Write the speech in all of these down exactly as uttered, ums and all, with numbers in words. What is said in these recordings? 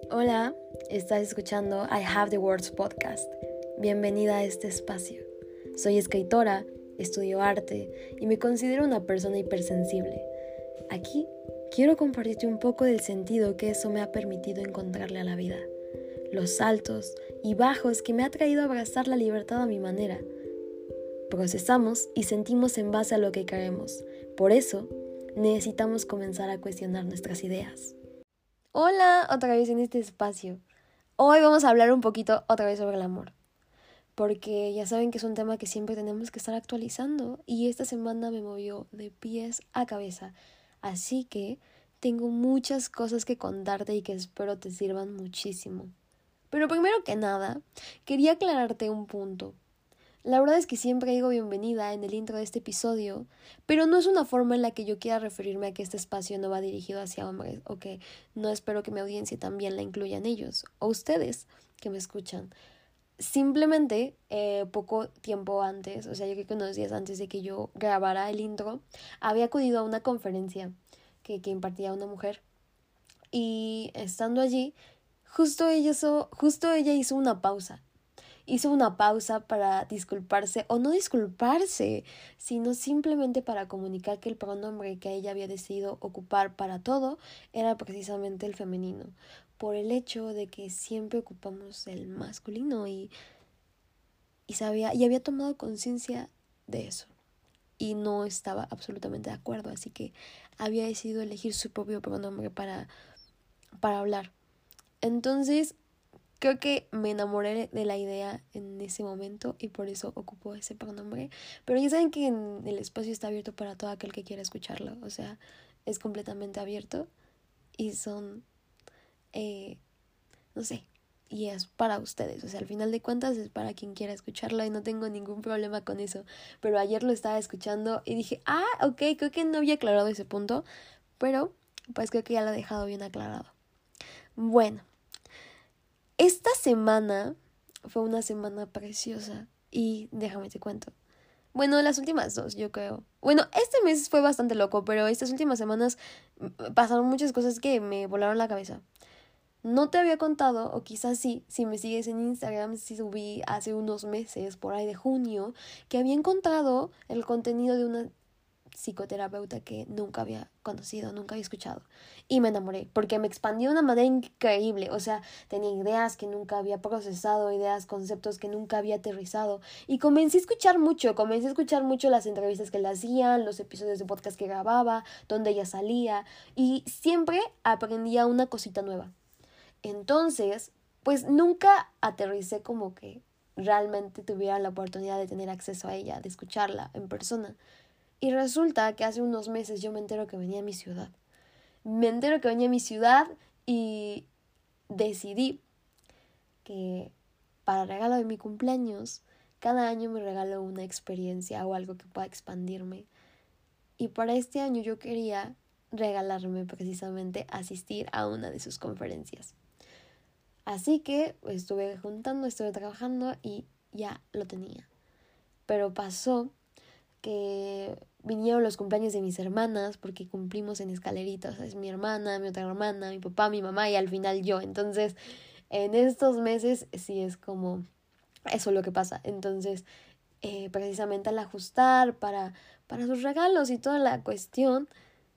Hola, estás escuchando I Have the Words podcast. Bienvenida a este espacio. Soy escritora, estudio arte y me considero una persona hipersensible. Aquí quiero compartirte un poco del sentido que eso me ha permitido encontrarle a la vida. Los altos y bajos que me ha traído a abrazar la libertad a mi manera. Procesamos y sentimos en base a lo que creemos. Por eso, necesitamos comenzar a cuestionar nuestras ideas. Hola, otra vez en este espacio. Hoy vamos a hablar un poquito otra vez sobre el amor. Porque ya saben que es un tema que siempre tenemos que estar actualizando y esta semana me movió de pies a cabeza. Así que tengo muchas cosas que contarte y que espero te sirvan muchísimo. Pero primero que nada, quería aclararte un punto. La verdad es que siempre digo bienvenida en el intro de este episodio, pero no es una forma en la que yo quiera referirme a que este espacio no va dirigido hacia hombres o que no espero que mi audiencia también la incluya en ellos, o ustedes que me escuchan. Simplemente, eh, poco tiempo antes, o sea, yo creo que unos días antes de que yo grabara el intro, había acudido a una conferencia que, que impartía una mujer y estando allí, justo ella hizo, justo ella hizo una pausa. Hizo una pausa para disculparse, o no disculparse, sino simplemente para comunicar que el pronombre que ella había decidido ocupar para todo era precisamente el femenino, por el hecho de que siempre ocupamos el masculino y, y, sabía, y había tomado conciencia de eso. Y no estaba absolutamente de acuerdo, así que había decidido elegir su propio pronombre para, para hablar. Entonces, creo que me enamoré de la idea en ese momento y por eso ocupo ese pronombre. Pero ya saben que en el espacio está abierto para todo aquel que quiera escucharlo. O sea, es completamente abierto y son, eh, no sé, y es para ustedes. O sea, al final de cuentas es para quien quiera escucharlo y no tengo ningún problema con eso. Pero ayer lo estaba escuchando y dije, ah, ok, creo que no había aclarado ese punto. Pero pues creo que ya lo he dejado bien aclarado. Bueno. Esta semana fue una semana preciosa y déjame te cuento. Bueno, las últimas dos, yo creo. Bueno, este mes fue bastante loco, pero estas últimas semanas pasaron muchas cosas que me volaron la cabeza. No te había contado, o quizás sí, si me sigues en Instagram, sí subí hace unos meses, por ahí de junio, que había encontrado el contenido de una psicoterapeuta que nunca había conocido, nunca había escuchado. Y me enamoré, porque me expandió de una manera increíble. O sea, tenía ideas que nunca había procesado, ideas, conceptos que nunca había aterrizado. Y comencé a escuchar mucho, comencé a escuchar mucho las entrevistas que le hacían, los episodios de podcast que grababa, donde ella salía. Y siempre aprendía una cosita nueva. Entonces, pues nunca aterricé como que realmente tuviera la oportunidad de tener acceso a ella, de escucharla en persona. Y resulta que hace unos meses yo me entero que venía a mi ciudad. Me entero que venía a mi ciudad y decidí que para regalo de mi cumpleaños, cada año me regalo una experiencia o algo que pueda expandirme. Y para este año yo quería regalarme precisamente asistir a una de sus conferencias. Así que estuve juntando, estuve trabajando y ya lo tenía. Pero pasó que vinieron los cumpleaños de mis hermanas porque cumplimos en escaleritas. O sea, es mi hermana, mi otra hermana, mi papá, mi mamá y al final yo. Entonces, en estos meses sí es como eso lo que pasa. Entonces, eh, precisamente al ajustar para, para sus regalos y toda la cuestión,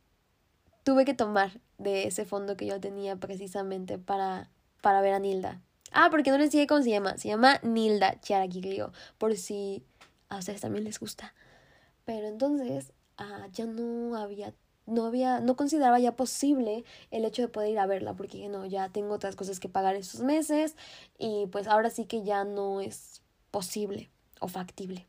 tuve que tomar de ese fondo que yo tenía precisamente para, para ver a Nilda. Ah, porque no les dije cómo se llama. Se llama Nilda Chiaraquiglio, por si a ustedes también les gusta. Pero entonces ah, ya no había, no había, no consideraba ya posible el hecho de poder ir a verla, porque no, ya tengo otras cosas que pagar estos meses y pues ahora sí que ya no es posible o factible.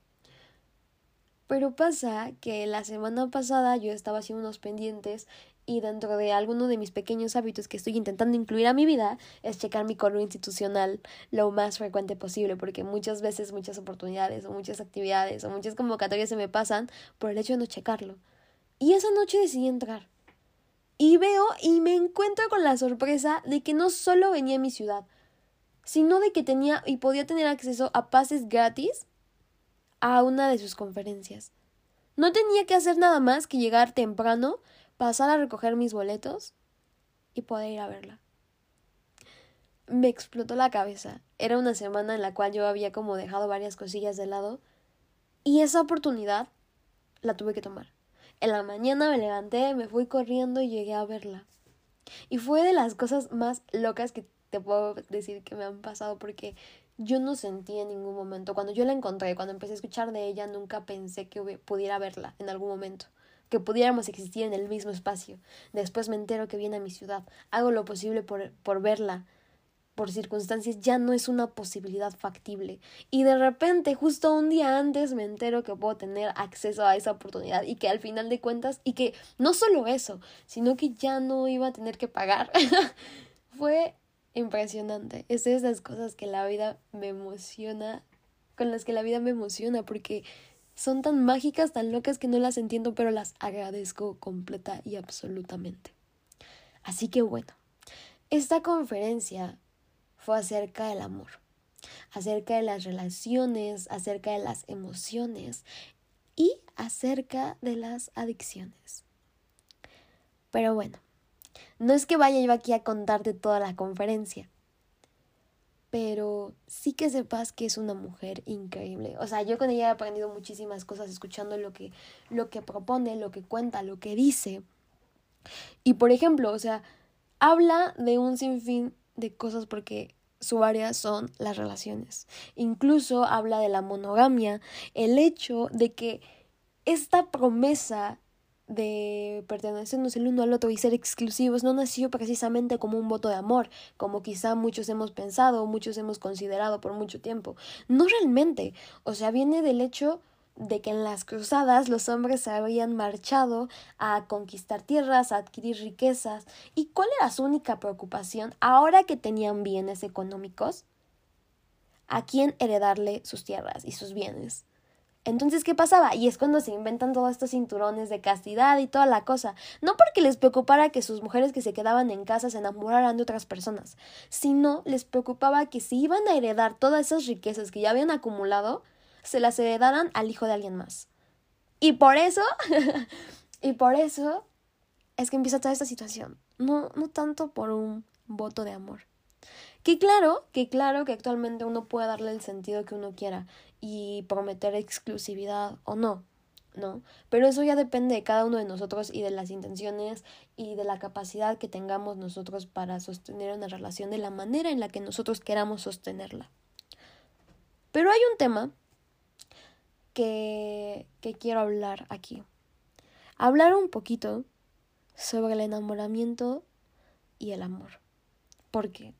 Pero pasa que la semana pasada yo estaba haciendo unos pendientes y dentro de alguno de mis pequeños hábitos que estoy intentando incluir a mi vida es checar mi correo institucional lo más frecuente posible, porque muchas veces muchas oportunidades o muchas actividades o muchas convocatorias se me pasan por el hecho de no checarlo. Y esa noche decidí entrar. Y veo y me encuentro con la sorpresa de que no solo venía a mi ciudad, sino de que tenía y podía tener acceso a pases gratis a una de sus conferencias. No tenía que hacer nada más que llegar temprano, pasar a recoger mis boletos y poder ir a verla. me explotó la cabeza. Era una semana en la cual yo había como dejado varias cosillas de lado y esa oportunidad la tuve que tomar. En la mañana me levanté, me fui corriendo y llegué a verla. Y fue de las cosas más locas que te puedo decir que me han pasado, porque yo no sentí en ningún momento, cuando yo la encontré, cuando empecé a escuchar de ella, nunca pensé que pudiera verla en algún momento, que pudiéramos existir en el mismo espacio. Después me entero que viene a mi ciudad, hago lo posible por, por verla. Por circunstancias ya no es una posibilidad factible. Y de repente, justo un día antes, me entero que puedo tener acceso a esa oportunidad y que al final de cuentas, y que no solo eso, sino que ya no iba a tener que pagar. Fue impresionante. Es de esas cosas que la vida me emociona, con las que la vida me emociona, porque son tan mágicas, tan locas que no las entiendo, pero las agradezco completa y absolutamente. Así que bueno, esta conferencia fue acerca del amor, acerca de las relaciones, acerca de las emociones y acerca de las adicciones. Pero bueno, no es que vaya yo aquí a contarte toda la conferencia, pero sí que sepas que es una mujer increíble. O sea, yo con ella he aprendido muchísimas cosas escuchando lo que, lo que propone, lo que cuenta, lo que dice. Y por ejemplo, o sea, habla de un sinfín de cosas porque su área son las relaciones. Incluso habla de la monogamia, el hecho de que esta promesa de pertenecernos el uno al otro y ser exclusivos no nació precisamente como un voto de amor, como quizá muchos hemos pensado, muchos hemos considerado por mucho tiempo. No realmente, o sea, viene del hecho de que en las cruzadas los hombres se habían marchado a conquistar tierras, a adquirir riquezas. ¿Y cuál era su única preocupación ahora que tenían bienes económicos? ¿A quién heredarle sus tierras y sus bienes? Entonces, ¿qué pasaba? Y es cuando se inventan todos estos cinturones de castidad y toda la cosa. No porque les preocupara que sus mujeres que se quedaban en casa se enamoraran de otras personas, sino les preocupaba que si iban a heredar todas esas riquezas que ya habían acumulado, se las heredaran al hijo de alguien más. Y por eso, y por eso es que empieza toda esta situación. No, no tanto por un voto de amor. Que claro, que claro que actualmente uno puede darle el sentido que uno quiera y prometer exclusividad o no, ¿no? Pero eso ya depende de cada uno de nosotros y de las intenciones y de la capacidad que tengamos nosotros para sostener una relación de la manera en la que nosotros queramos sostenerla. Pero hay un tema que, que quiero hablar aquí. Hablar un poquito sobre el enamoramiento y el amor. ¿Por qué?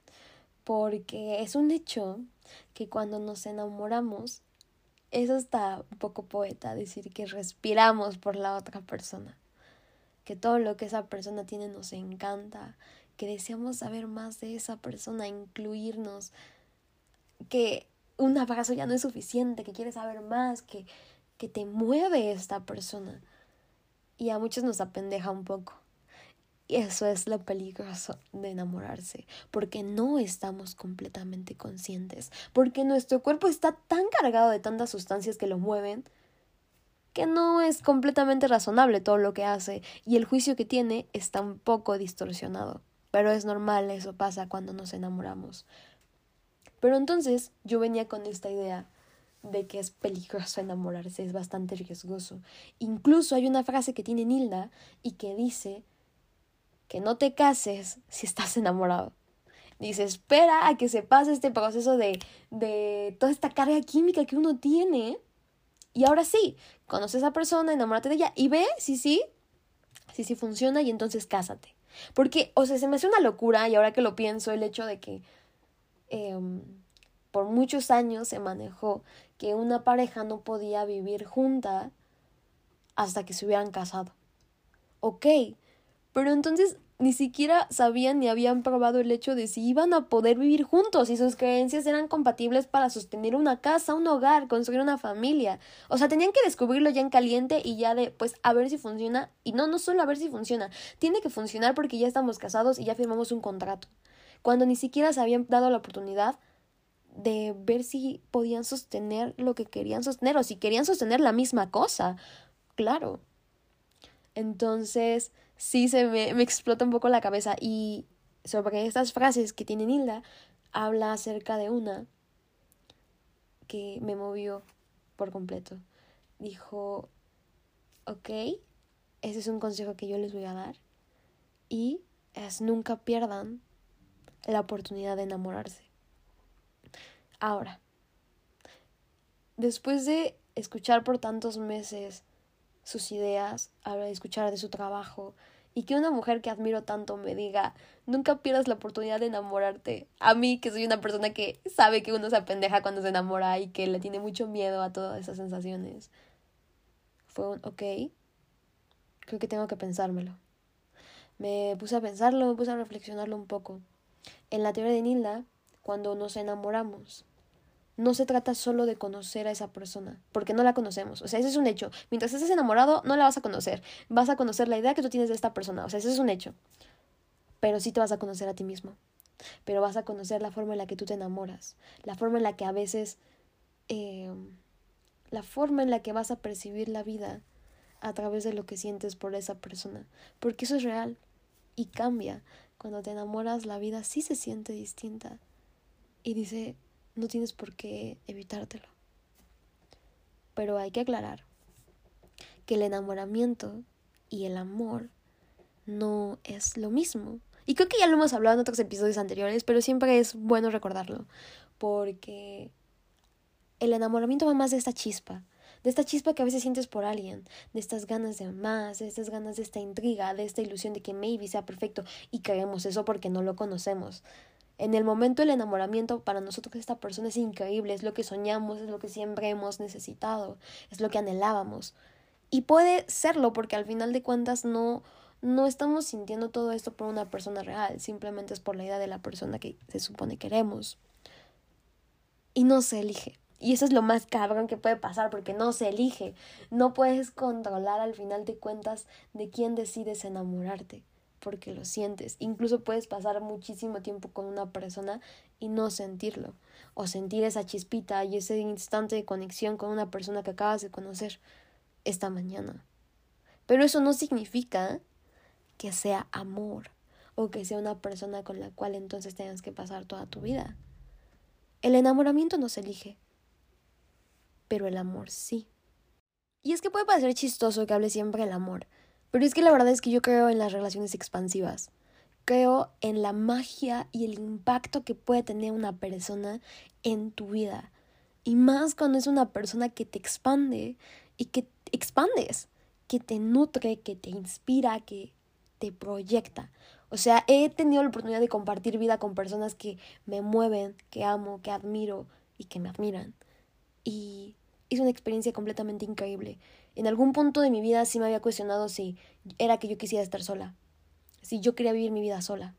Porque es un hecho que cuando nos enamoramos, es hasta un poco poeta decir que respiramos por la otra persona, que todo lo que esa persona tiene nos encanta, que deseamos saber más de esa persona, incluirnos, que un abrazo ya no es suficiente, que quieres saber más, que, que te mueve esta persona. Y a muchos nos apendeja un poco. Y eso es lo peligroso de enamorarse, porque no estamos completamente conscientes, porque nuestro cuerpo está tan cargado de tantas sustancias que lo mueven, que no es completamente razonable todo lo que hace, y el juicio que tiene está un poco distorsionado. Pero es normal, eso pasa cuando nos enamoramos. Pero entonces yo venía con esta idea de que es peligroso enamorarse, es bastante riesgoso. Incluso hay una frase que tiene Nilda y que dice que no te cases si estás enamorado. Dice, espera a que se pase este proceso de, de toda esta carga química que uno tiene. Y ahora sí, conoce a esa persona, enamórate de ella y ve si sí, si sí funciona y entonces cásate. Porque, o sea, se me hace una locura y ahora que lo pienso, el hecho de que eh, por muchos años se manejó que una pareja no podía vivir junta hasta que se hubieran casado. Ok, pero entonces ni siquiera sabían ni habían probado el hecho de si iban a poder vivir juntos y sus creencias eran compatibles para sostener una casa, un hogar, construir una familia. O sea, tenían que descubrirlo ya en caliente y ya de, pues, a ver si funciona. Y no, no solo a ver si funciona. Tiene que funcionar porque ya estamos casados y ya firmamos un contrato. Cuando ni siquiera se habían dado la oportunidad de ver si podían sostener lo que querían sostener o si querían sostener la misma cosa. Claro. Entonces, sí se me, me explota un poco la cabeza y, sobre estas frases que tiene Nilda, habla acerca de una que me movió por completo. Dijo, ok, ese es un consejo que yo les voy a dar, y es nunca pierdan la oportunidad de enamorarse. Ahora, después de escuchar por tantos meses sus ideas, de escuchar de su trabajo, y que una mujer que admiro tanto me diga, nunca pierdas la oportunidad de enamorarte. A mí, que soy una persona que sabe que uno se apendeja cuando se enamora y que le tiene mucho miedo a todas esas sensaciones. Fue un, ok, creo que tengo que pensármelo. Me puse a pensarlo, me puse a reflexionarlo un poco. En la teoría de Nilda, cuando nos enamoramos, no se trata solo de conocer a esa persona, porque no la conocemos. O sea, ese es un hecho. Mientras estés enamorado, no la vas a conocer. Vas a conocer la idea que tú tienes de esta persona. O sea, ese es un hecho. Pero sí te vas a conocer a ti mismo. Pero vas a conocer la forma en la que tú te enamoras. La forma en la que a veces... Eh, la forma en la que vas a percibir la vida a través de lo que sientes por esa persona. Porque eso es real. Y cambia. Cuando te enamoras, la vida sí se siente distinta. Y dice... no tienes por qué evitártelo. Pero hay que aclarar que el enamoramiento y el amor no es lo mismo. Y creo que ya lo hemos hablado en otros episodios anteriores, pero siempre es bueno recordarlo. Porque el enamoramiento va más de esta chispa. De esta chispa que a veces sientes por alguien. De estas ganas de más, de estas ganas de esta intriga, de esta ilusión de que maybe sea perfecto. Y creemos eso porque no lo conocemos. En el momento del enamoramiento, para nosotros esta persona es increíble, es lo que soñamos, es lo que siempre hemos necesitado, es lo que anhelábamos. Y puede serlo porque al final de cuentas no, no estamos sintiendo todo esto por una persona real, simplemente es por la idea de la persona que se supone queremos. Y no se elige. Y eso es lo más cabrón que puede pasar porque no se elige. No puedes controlar al final de cuentas de quién decides enamorarte. Porque lo sientes. Incluso puedes pasar muchísimo tiempo con una persona y no sentirlo. O sentir esa chispita y ese instante de conexión con una persona que acabas de conocer esta mañana. Pero eso no significa que sea amor o que sea una persona con la cual entonces tengas que pasar toda tu vida. El enamoramiento no se elige, pero el amor sí. Y es que puede parecer chistoso que hable siempre del amor, pero es que la verdad es que yo creo en las relaciones expansivas. Creo en la magia y el impacto que puede tener una persona en tu vida. Y más cuando es una persona que te expande y que te expandes, que te nutre, que te inspira, que te proyecta. O sea, he tenido la oportunidad de compartir vida con personas que me mueven, que amo, que admiro y que me admiran. Y es una experiencia completamente increíble. En algún punto de mi vida sí me había cuestionado si era que yo quisiera estar sola, si yo quería vivir mi vida sola.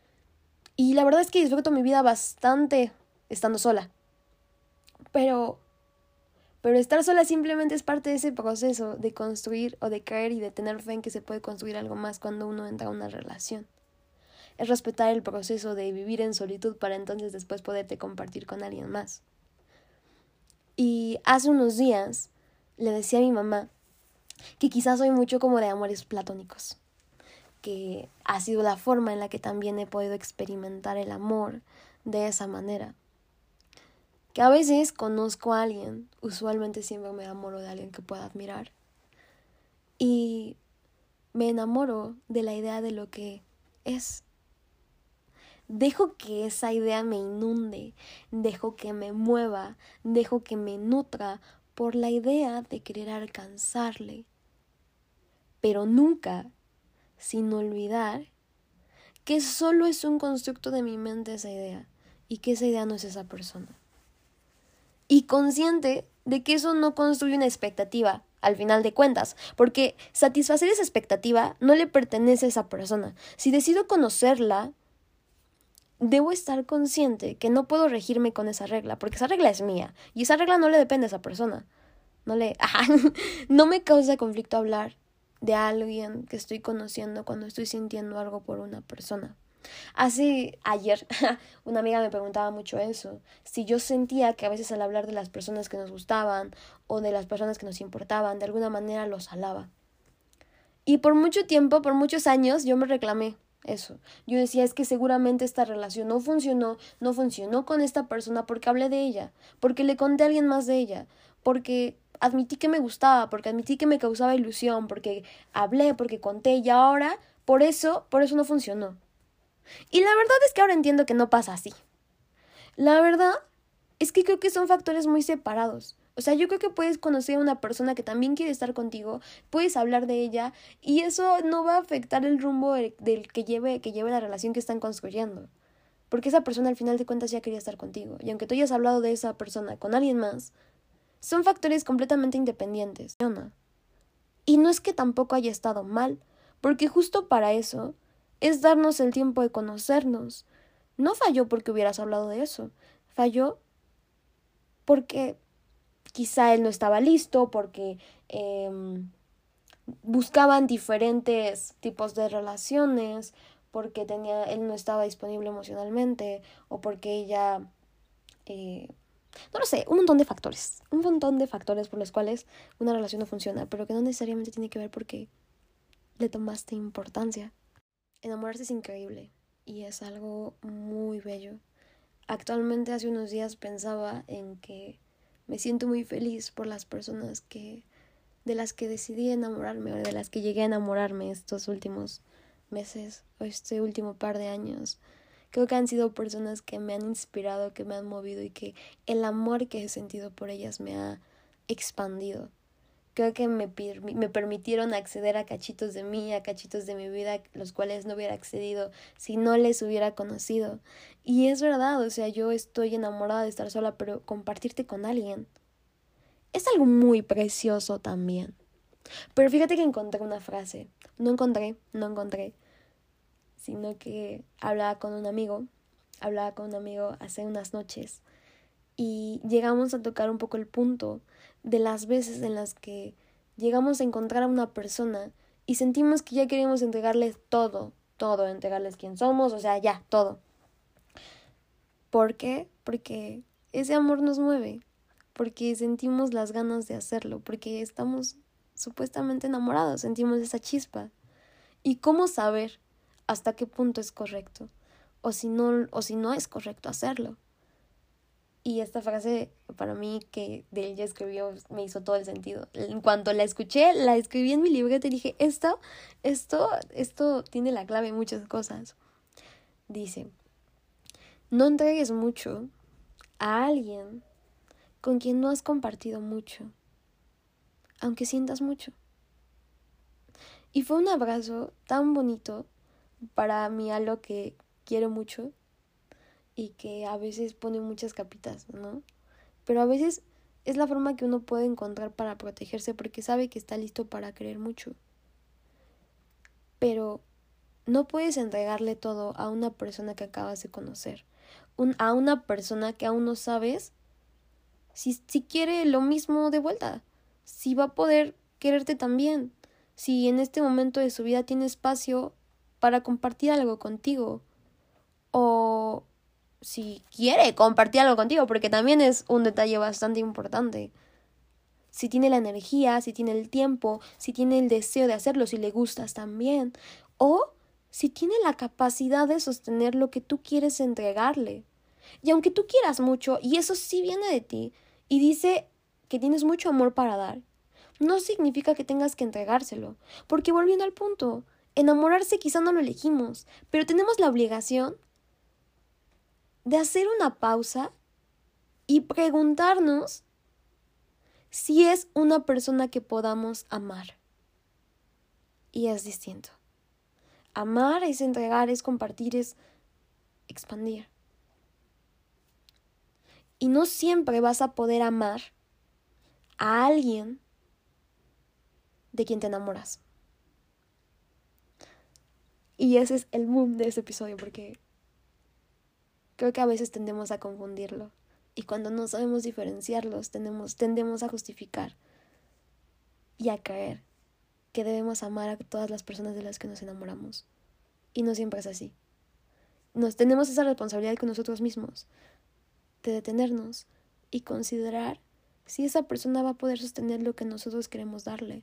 Y la verdad es que disfruto mi vida bastante estando sola. Pero, pero estar sola simplemente es parte de ese proceso de construir o de creer y de tener fe en que se puede construir algo más cuando uno entra a una relación. Es respetar el proceso de vivir en solitud para entonces después poderte compartir con alguien más. Y hace unos días le decía a mi mamá que quizás soy mucho como de amores platónicos, que ha sido la forma en la que también he podido experimentar el amor de esa manera. Que a veces conozco a alguien, usualmente siempre me enamoro de alguien que pueda admirar, y me enamoro de la idea de lo que es. Dejo que esa idea me inunde, dejo que me mueva, dejo que me nutra por la idea de querer alcanzarle. Pero nunca, sin olvidar, que solo es un constructo de mi mente esa idea y que esa idea no es esa persona. Y consciente de que eso no construye una expectativa, al final de cuentas, porque satisfacer esa expectativa no le pertenece a esa persona. Si decido conocerla, debo estar consciente que no puedo regirme con esa regla, porque esa regla es mía, y esa regla no le depende a esa persona. No le, ajá, no me causa conflicto hablar de alguien que estoy conociendo cuando estoy sintiendo algo por una persona. Hace ayer una amiga me preguntaba mucho eso, si yo sentía que a veces al hablar de las personas que nos gustaban o de las personas que nos importaban, de alguna manera los alaba. Y por mucho tiempo, por muchos años, yo me reclamé. eso. Yo decía, es que seguramente esta relación no funcionó, no funcionó con esta persona porque hablé de ella, porque le conté a alguien más de ella, porque admití que me gustaba, porque admití que me causaba ilusión, porque hablé, porque conté y ahora, por eso, por eso no funcionó. Y la verdad es que ahora entiendo que no pasa así. La verdad es que creo que son factores muy separados. O sea, yo creo que puedes conocer a una persona que también quiere estar contigo, puedes hablar de ella y eso no va a afectar el rumbo del que lleve, que lleve la relación que están construyendo. Porque esa persona al final de cuentas ya quería estar contigo. Y aunque tú hayas hablado de esa persona con alguien más, son factores completamente independientes. Y no es que tampoco haya estado mal, porque justo para eso es darnos el tiempo de conocernos. No falló porque hubieras hablado de eso. Falló porque quizá él no estaba listo, porque eh, buscaban diferentes tipos de relaciones, porque tenía, él no estaba disponible emocionalmente, o porque ella, eh, no lo sé, un montón de factores, un montón de factores por los cuales una relación no funciona, pero que no necesariamente tiene que ver porque le tomaste importancia. Enamorarse es increíble y es algo muy bello. Actualmente hace unos días pensaba en que me siento muy feliz por las personas que de las que decidí enamorarme o de las que llegué a enamorarme estos últimos meses o este último par de años. Creo que han sido personas que me han inspirado, que me han movido y que el amor que he sentido por ellas me ha expandido. Creo que me, me permitieron acceder a cachitos de mí, a cachitos de mi vida, los cuales no hubiera accedido si no les hubiera conocido. Y es verdad, o sea, yo estoy enamorada de estar sola, pero compartirte con alguien es algo muy precioso también. Pero fíjate que encontré una frase. No encontré, no encontré. Sino que hablaba con un amigo. Hablaba con un amigo hace unas noches. Y llegamos a tocar un poco el punto de las veces en las que llegamos a encontrar a una persona y sentimos que ya queremos entregarles todo, todo, entregarles quién somos, o sea, ya, todo. ¿Por qué? Porque ese amor nos mueve, porque sentimos las ganas de hacerlo, porque estamos supuestamente enamorados, sentimos esa chispa. ¿Y cómo saber hasta qué punto es correcto? O si no, o si no es correcto hacerlo. Y esta frase, para mí, que de ella escribió, me hizo todo el sentido. En cuanto la escuché, la escribí en mi libreta y dije, esto, esto, esto tiene la clave en muchas cosas. Dice, no entregues mucho a alguien con quien no has compartido mucho, aunque sientas mucho. Y fue un abrazo tan bonito para mí, a lo que quiero mucho y que a veces pone muchas capitas, ¿no? Pero a veces es la forma que uno puede encontrar para protegerse porque sabe que está listo para querer mucho. Pero no puedes entregarle todo a una persona que acabas de conocer, un, a una persona que aún no sabes si, si quiere lo mismo de vuelta, si va a poder quererte también, si en este momento de su vida tiene espacio para compartir algo contigo, o si quiere compartir algo contigo, porque también es un detalle bastante importante. Si tiene la energía, si tiene el tiempo, si tiene el deseo de hacerlo, si le gustas también, o si tiene la capacidad de sostener lo que tú quieres entregarle. Y aunque tú quieras mucho, y eso sí viene de ti, y dice que tienes mucho amor para dar, no significa que tengas que entregárselo, porque volviendo al punto, enamorarse quizá no lo elegimos, pero tenemos la obligación de hacer una pausa y preguntarnos si es una persona que podamos amar. Y es distinto. Amar es entregar, es compartir, es expandir. Y no siempre vas a poder amar a alguien de quien te enamoras. Y ese es el boom de este episodio, porque creo que a veces tendemos a confundirlo. Y cuando no sabemos diferenciarlos, tendemos, tendemos a justificar y a creer que debemos amar a todas las personas de las que nos enamoramos. Y no siempre es así. Nos tenemos esa responsabilidad con nosotros mismos, de detenernos y considerar si esa persona va a poder sostener lo que nosotros queremos darle.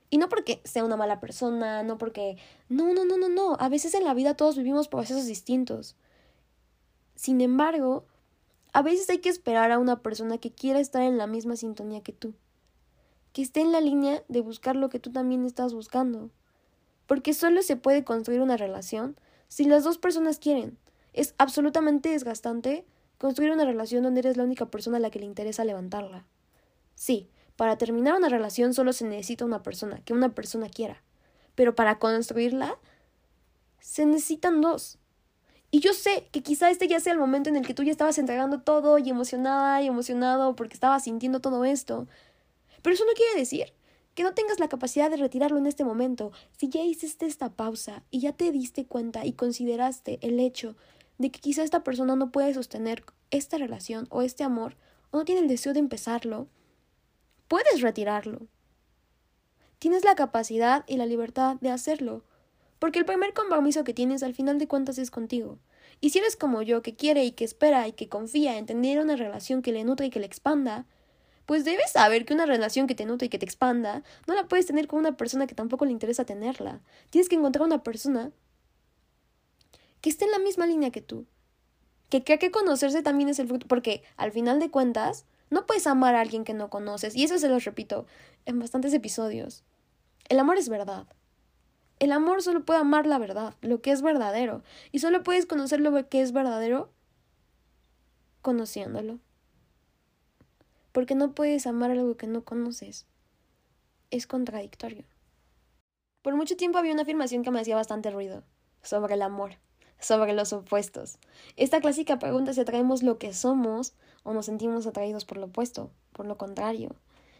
Y no porque sea una mala persona, no porque... No, no, no, no, no. A veces en la vida todos vivimos procesos distintos. Sin embargo, a veces hay que esperar a una persona que quiera estar en la misma sintonía que tú. Que esté en la línea de buscar lo que tú también estás buscando. Porque solo se puede construir una relación si las dos personas quieren. Es absolutamente desgastante construir una relación donde eres la única persona a la que le interesa levantarla. Sí, para terminar una relación solo se necesita una persona, que una persona quiera. Pero para construirla, se necesitan dos. Y yo sé que quizá este ya sea el momento en el que tú ya estabas entregando todo y emocionada y emocionado porque estabas sintiendo todo esto. Pero eso no quiere decir que no tengas la capacidad de retirarlo en este momento. Si ya hiciste esta pausa y ya te diste cuenta y consideraste el hecho de que quizá esta persona no puede sostener esta relación o este amor, o no tiene el deseo de empezarlo, puedes retirarlo. Tienes la capacidad y la libertad de hacerlo, porque el primer compromiso que tienes al final de cuentas es contigo. Y si eres como yo, que quiere y que espera y que confía en tener una relación que le nutre y que le expanda, pues debes saber que una relación que te nutre y que te expanda no la puedes tener con una persona que tampoco le interesa tenerla. Tienes que encontrar una persona que esté en la misma línea que tú, que crea que conocerse también es el fruto, porque al final de cuentas no puedes amar a alguien que no conoces, y eso se los repito en bastantes episodios. El amor es verdad. El amor solo puede amar la verdad, lo que es verdadero, y solo puedes conocer lo que es verdadero conociéndolo. Porque no puedes amar algo que no conoces. Es contradictorio. Por mucho tiempo había una afirmación que me hacía bastante ruido sobre el amor, sobre los opuestos. Esta clásica pregunta si atraemos lo que somos o nos sentimos atraídos por lo opuesto, por lo contrario.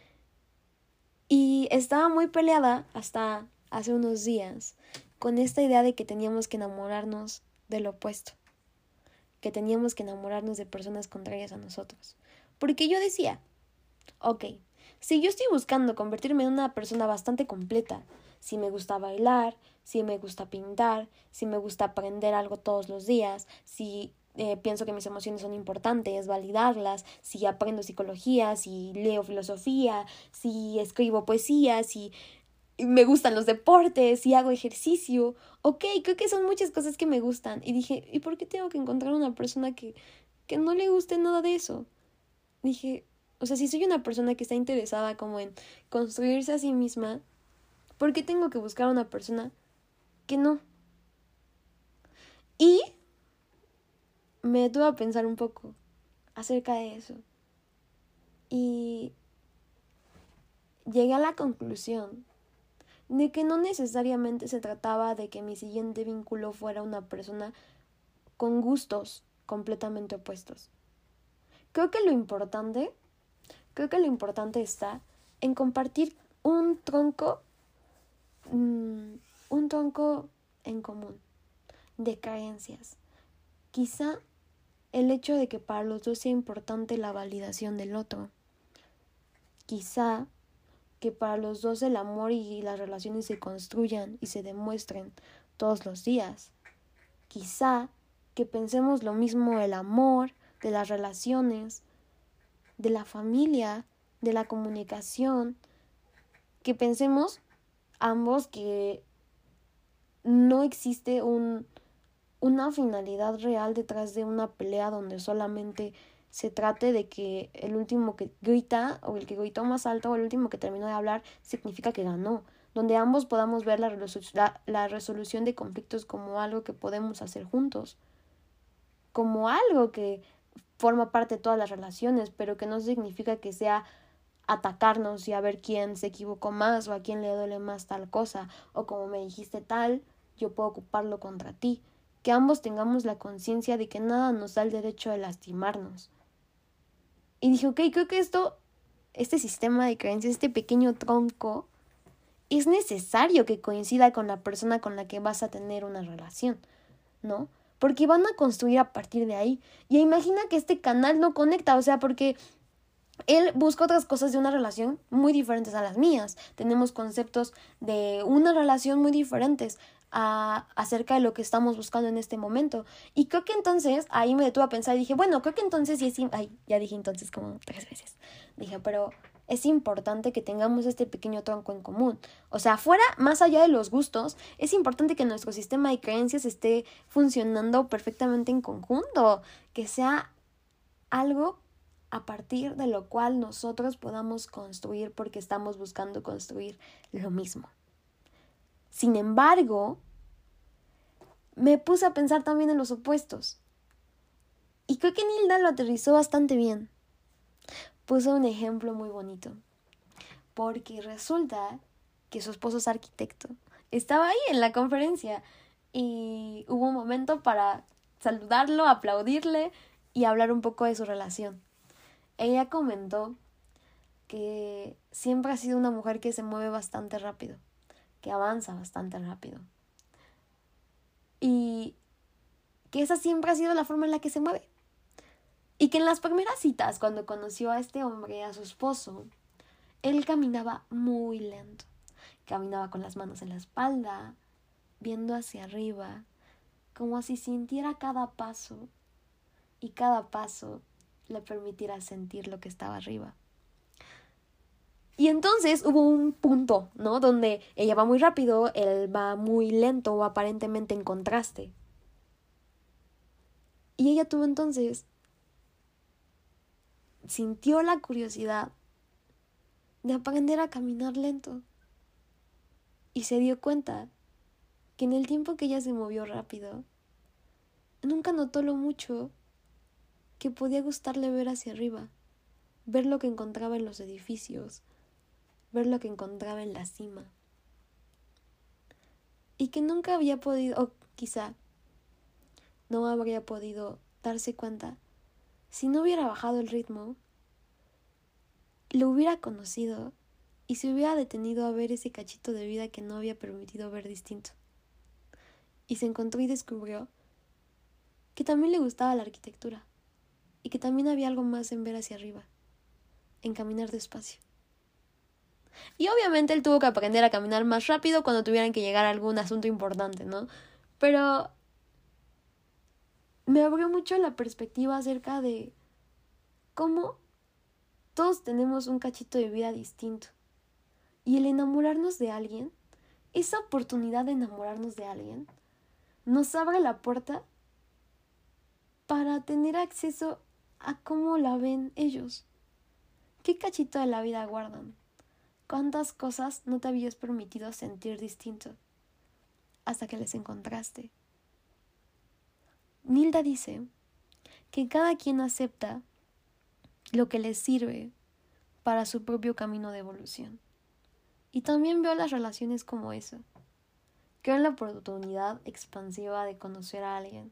Y estaba muy peleada hasta hace unos días con esta idea de que teníamos que enamorarnos del opuesto, que teníamos que enamorarnos de personas contrarias a nosotros. Porque yo decía, ok, si yo estoy buscando convertirme en una persona bastante completa, si me gusta bailar, si me gusta pintar, si me gusta aprender algo todos los días, si eh, pienso que mis emociones son importantes, validarlas, si aprendo psicología, si leo filosofía, si escribo poesía, si me gustan los deportes, si hago ejercicio, ok, creo que son muchas cosas que me gustan. Y dije, ¿y por qué tengo que encontrar una persona que, que no le guste nada de eso? Dije, o sea, si soy una persona que está interesada como en construirse a sí misma, ¿por qué tengo que buscar a una persona que no? Y me detuve a pensar un poco acerca de eso. Y llegué a la conclusión de que no necesariamente se trataba de que mi siguiente vínculo fuera una persona con gustos completamente opuestos. Creo que lo importante, creo que lo importante está en compartir un tronco, mmm, un tronco en común de creencias. Quizá el hecho de que para los dos sea importante la validación del otro. Quizá que para los dos el amor y las relaciones se construyan y se demuestren todos los días. Quizá que pensemos lo mismo del amor, de las relaciones, de la familia, de la comunicación, que pensemos ambos que no existe un, una finalidad real detrás de una pelea donde solamente se trate de que el último que grita o el que gritó más alto o el último que terminó de hablar significa que ganó, donde ambos podamos ver la, resolu- la, la resolución de conflictos como algo que podemos hacer juntos, como algo que forma parte de todas las relaciones, pero que no significa que sea atacarnos y a ver quién se equivocó más o a quién le duele más tal cosa, o como me dijiste tal, yo puedo ocuparlo contra ti. Que ambos tengamos la conciencia de que nada nos da el derecho de lastimarnos. Y dije, ok, creo que esto, este sistema de creencias, este pequeño tronco, es necesario que coincida con la persona con la que vas a tener una relación, ¿no? Porque van a construir a partir de ahí. Y imagina que este canal no conecta, o sea, porque él busca otras cosas de una relación muy diferentes a las mías. Tenemos conceptos de una relación muy diferentes a, acerca de lo que estamos buscando en este momento. Y creo que entonces, ahí me detuve a pensar y dije, bueno, creo que entonces sí es... Ay, ya dije entonces como tres veces. Dije, pero es importante que tengamos este pequeño tronco en común. O sea, fuera, más allá de los gustos, es importante que nuestro sistema de creencias esté funcionando perfectamente en conjunto, que sea algo a partir de lo cual nosotros podamos construir porque estamos buscando construir lo mismo. Sin embargo, me puse a pensar también en los opuestos. Y creo que Nilda lo aterrizó bastante bien. Puso un ejemplo muy bonito. Porque resulta que su esposo es arquitecto. Estaba ahí en la conferencia y hubo un momento para saludarlo, aplaudirle y hablar un poco de su relación. Ella comentó que siempre ha sido una mujer que se mueve bastante rápido, que avanza bastante rápido. Y que esa siempre ha sido la forma en la que se mueve. Y que en las primeras citas, cuando conoció a este hombre, a su esposo, él caminaba muy lento. Caminaba con las manos en la espalda, viendo hacia arriba, como si sintiera cada paso y cada paso le permitiera sentir lo que estaba arriba. Y entonces hubo un punto, ¿no? Donde ella va muy rápido, él va muy lento o aparentemente en contraste. Y ella tuvo entonces, sintió la curiosidad de aprender a caminar lento. Y se dio cuenta que en el tiempo que ella se movió rápido, nunca notó lo mucho que podía gustarle ver hacia arriba, ver lo que encontraba en los edificios, ver lo que encontraba en la cima. Y que nunca había podido, o quizá no habría podido darse cuenta, si no hubiera bajado el ritmo, lo hubiera conocido y se hubiera detenido a ver ese cachito de vida que no había permitido ver distinto. Y se encontró y descubrió que también le gustaba la arquitectura y que también había algo más en ver hacia arriba, en caminar despacio. Y obviamente él tuvo que aprender a caminar más rápido cuando tuvieran que llegar a algún asunto importante, ¿no? Pero me abrió mucho la perspectiva acerca de cómo todos tenemos un cachito de vida distinto. Y el enamorarnos de alguien, esa oportunidad de enamorarnos de alguien, nos abre la puerta para tener acceso a cómo la ven ellos. ¿Qué cachito de la vida guardan? ¿Cuántas cosas no te habías permitido sentir distinto hasta que les encontraste? Nilda dice que cada quien acepta lo que les sirve para su propio camino de evolución. Y también veo las relaciones como eso. Creo en la oportunidad expansiva de conocer a alguien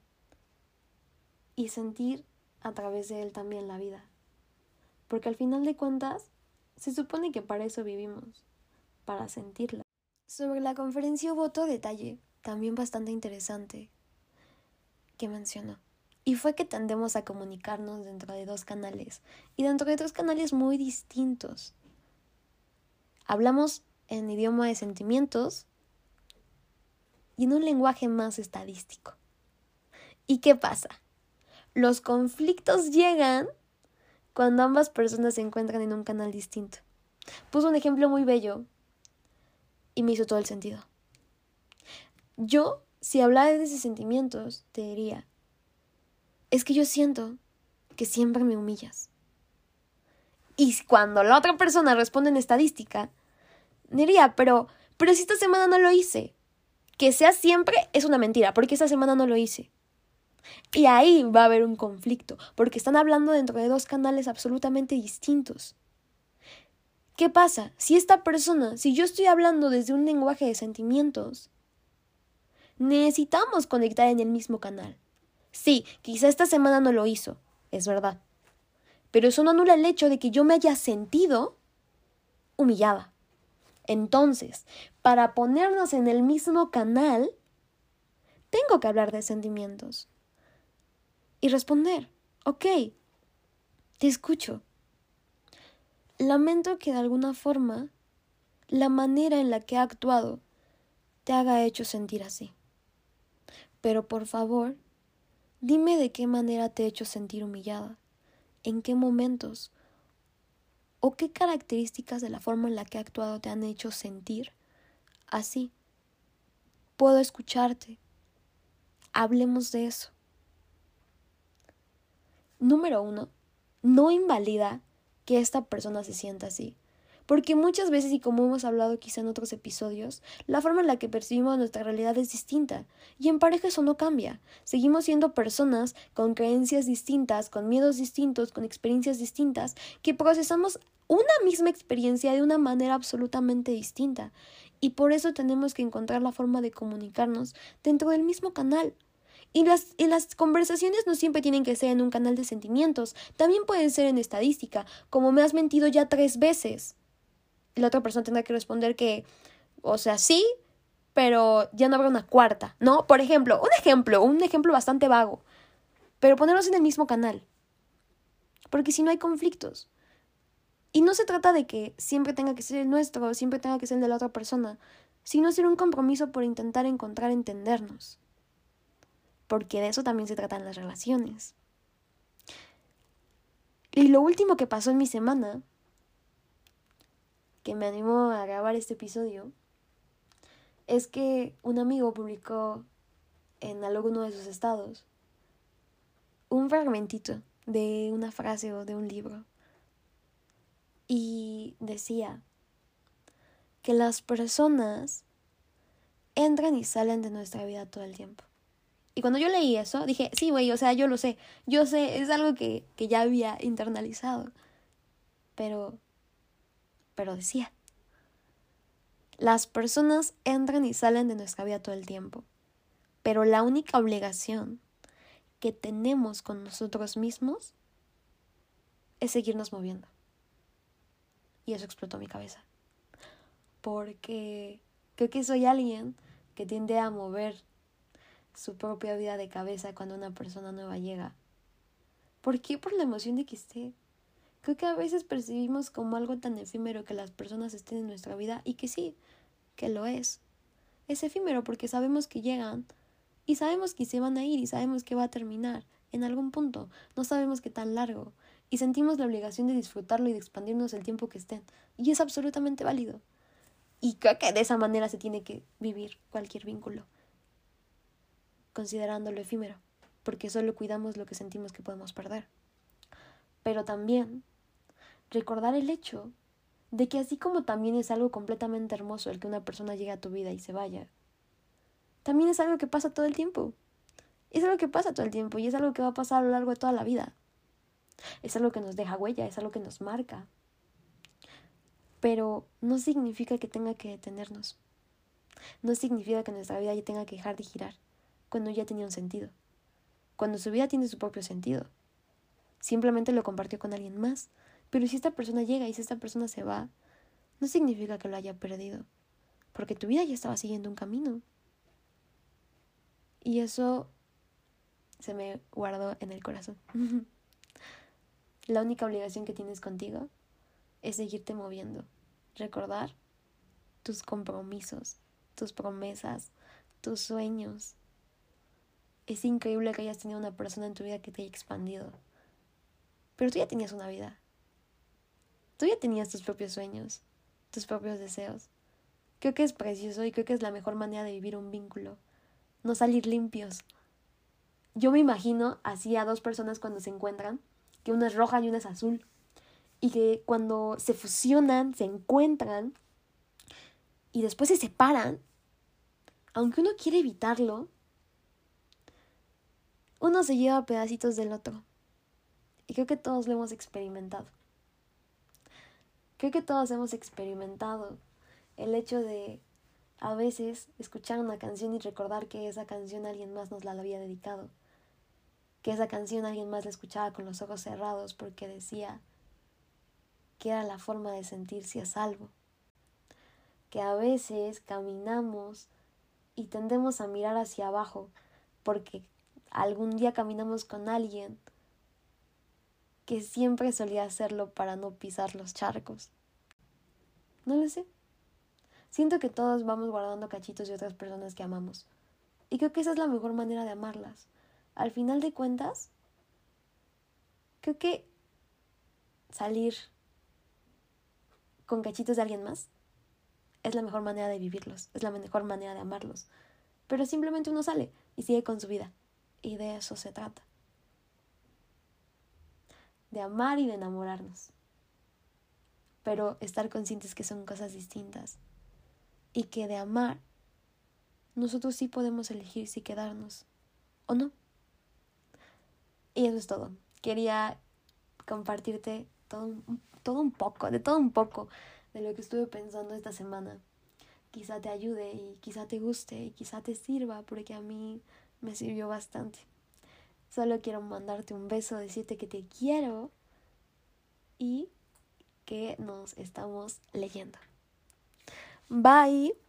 y sentir a través de él también la vida. Porque al final de cuentas, se supone que para eso vivimos, para sentirla. Sobre la conferencia hubo otro detalle, también bastante interesante, que mencionó. Y fue que tendemos a comunicarnos dentro de dos canales, y dentro de dos canales muy distintos. Hablamos en idioma de sentimientos y en un lenguaje más estadístico. ¿Y qué pasa? Los conflictos llegan cuando ambas personas se encuentran en un canal distinto. Puso un ejemplo muy bello y me hizo todo el sentido. Yo, si hablara de esos sentimientos, te diría, es que yo siento que siempre me humillas. Y cuando la otra persona responde en estadística, diría, pero, pero si esta semana no lo hice. Que sea siempre es una mentira, porque esta semana no lo hice. Y ahí va a haber un conflicto, porque están hablando dentro de dos canales absolutamente distintos. ¿Qué pasa? Si esta persona, si yo estoy hablando desde un lenguaje de sentimientos, necesitamos conectar en el mismo canal. Sí, quizá esta semana no lo hizo, es verdad. Pero eso no anula el hecho de que yo me haya sentido humillada. Entonces, para ponernos en el mismo canal, tengo que hablar de sentimientos. Y responder, ok, te escucho. Lamento que de alguna forma la manera en la que ha actuado te haga hecho sentir así. Pero por favor, dime de qué manera te he hecho sentir humillada, en qué momentos ¿O qué características de la forma en la que he actuado te han hecho sentir así? Puedo escucharte. Hablemos de eso. Número uno, no invalida que esta persona se sienta así. Porque muchas veces, y como hemos hablado quizá en otros episodios, la forma en la que percibimos nuestra realidad es distinta. Y en pareja eso no cambia. Seguimos siendo personas con creencias distintas, con miedos distintos, con experiencias distintas, que procesamos una misma experiencia de una manera absolutamente distinta. Y por eso tenemos que encontrar la forma de comunicarnos dentro del mismo canal. Y las, y las conversaciones no siempre tienen que ser en un canal de sentimientos. También pueden ser en estadística, como me has mentido ya tres veces. Y la otra persona tendrá que responder que, o sea, sí, pero ya no habrá una cuarta, ¿no? Por ejemplo, un ejemplo, un ejemplo bastante vago, pero ponerlos en el mismo canal, porque si no hay conflictos. Y no se trata de que siempre tenga que ser el nuestro, siempre tenga que ser el de la otra persona, sino hacer un compromiso por intentar encontrar entendernos, porque de eso también se tratan las relaciones. Y lo último que pasó en mi semana, que me animó a grabar este episodio, es que un amigo publicó en alguno de sus estados un fragmentito de una frase o de un libro. Y decía que las personas entran y salen de nuestra vida todo el tiempo. Y cuando yo leí eso, dije, sí, güey, o sea, yo lo sé. Yo sé, es algo que, que ya había internalizado. Pero, pero decía, las personas entran y salen de nuestra vida todo el tiempo, pero la única obligación que tenemos con nosotros mismos es seguirnos moviendo. Y eso explotó mi cabeza. Porque creo que soy alguien que tiende a mover su propia vida de cabeza cuando una persona nueva llega. ¿Por qué? Por la emoción de que esté. Creo que a veces percibimos como algo tan efímero que las personas estén en nuestra vida, y que sí, que lo es. Es efímero porque sabemos que llegan y sabemos que se van a ir y sabemos que va a terminar en algún punto. No sabemos qué tan largo y sentimos la obligación de disfrutarlo y de expandirnos el tiempo que estén. Y es absolutamente válido. Y creo que de esa manera se tiene que vivir cualquier vínculo, considerándolo efímero, porque solo cuidamos lo que sentimos que podemos perder. Pero también recordar el hecho de que así como también es algo completamente hermoso el que una persona llegue a tu vida y se vaya, también es algo que pasa todo el tiempo. Es algo que pasa todo el tiempo y es algo que va a pasar a lo largo de toda la vida. Es algo que nos deja huella, es algo que nos marca. Pero no significa que tenga que detenernos. No significa que nuestra vida ya tenga que dejar de girar cuando ya tenía un sentido. Cuando su vida tiene su propio sentido. Simplemente lo compartió con alguien más. Pero si esta persona llega y si esta persona se va, no significa que lo haya perdido. Porque tu vida ya estaba siguiendo un camino. Y eso se me guardó en el corazón. La única obligación que tienes contigo es seguirte moviendo. Recordar tus compromisos, tus promesas, tus sueños. Es increíble que hayas tenido una persona en tu vida que te haya expandido. Pero tú ya tenías una vida. Tú ya tenías tus propios sueños, tus propios deseos. Creo que es precioso y creo que es la mejor manera de vivir un vínculo. No salir limpios. Yo me imagino así a dos personas cuando se encuentran, que una es roja y una es azul. Y que cuando se fusionan, se encuentran y después se separan, aunque uno quiere evitarlo, uno se lleva pedacitos del otro. Y creo que todos lo hemos experimentado. Creo que todos hemos experimentado el hecho de a veces escuchar una canción y recordar que esa canción alguien más nos la había dedicado. Que esa canción alguien más la escuchaba con los ojos cerrados porque decía que era la forma de sentirse a salvo. Que a veces caminamos y tendemos a mirar hacia abajo porque algún día caminamos con alguien que siempre solía hacerlo para no pisar los charcos. No lo sé. Siento que todos vamos guardando cachitos de otras personas que amamos. Y creo que esa es la mejor manera de amarlas. Al final de cuentas, creo que salir con cachitos de alguien más, es la mejor manera de vivirlos, es la mejor manera de amarlos. Pero simplemente uno sale y sigue con su vida. Y de eso se trata. De amar y de enamorarnos. Pero estar conscientes que son cosas distintas. Y que de amar, nosotros sí podemos elegir si quedarnos o no. Y eso es todo. Quería compartirte todo un, todo un poco, de todo un poco, de lo que estuve pensando esta semana. Quizá te ayude y quizá te guste y quizá te sirva, porque a mí me sirvió bastante. Solo quiero mandarte un beso, decirte que te quiero y que nos estamos leyendo. Bye.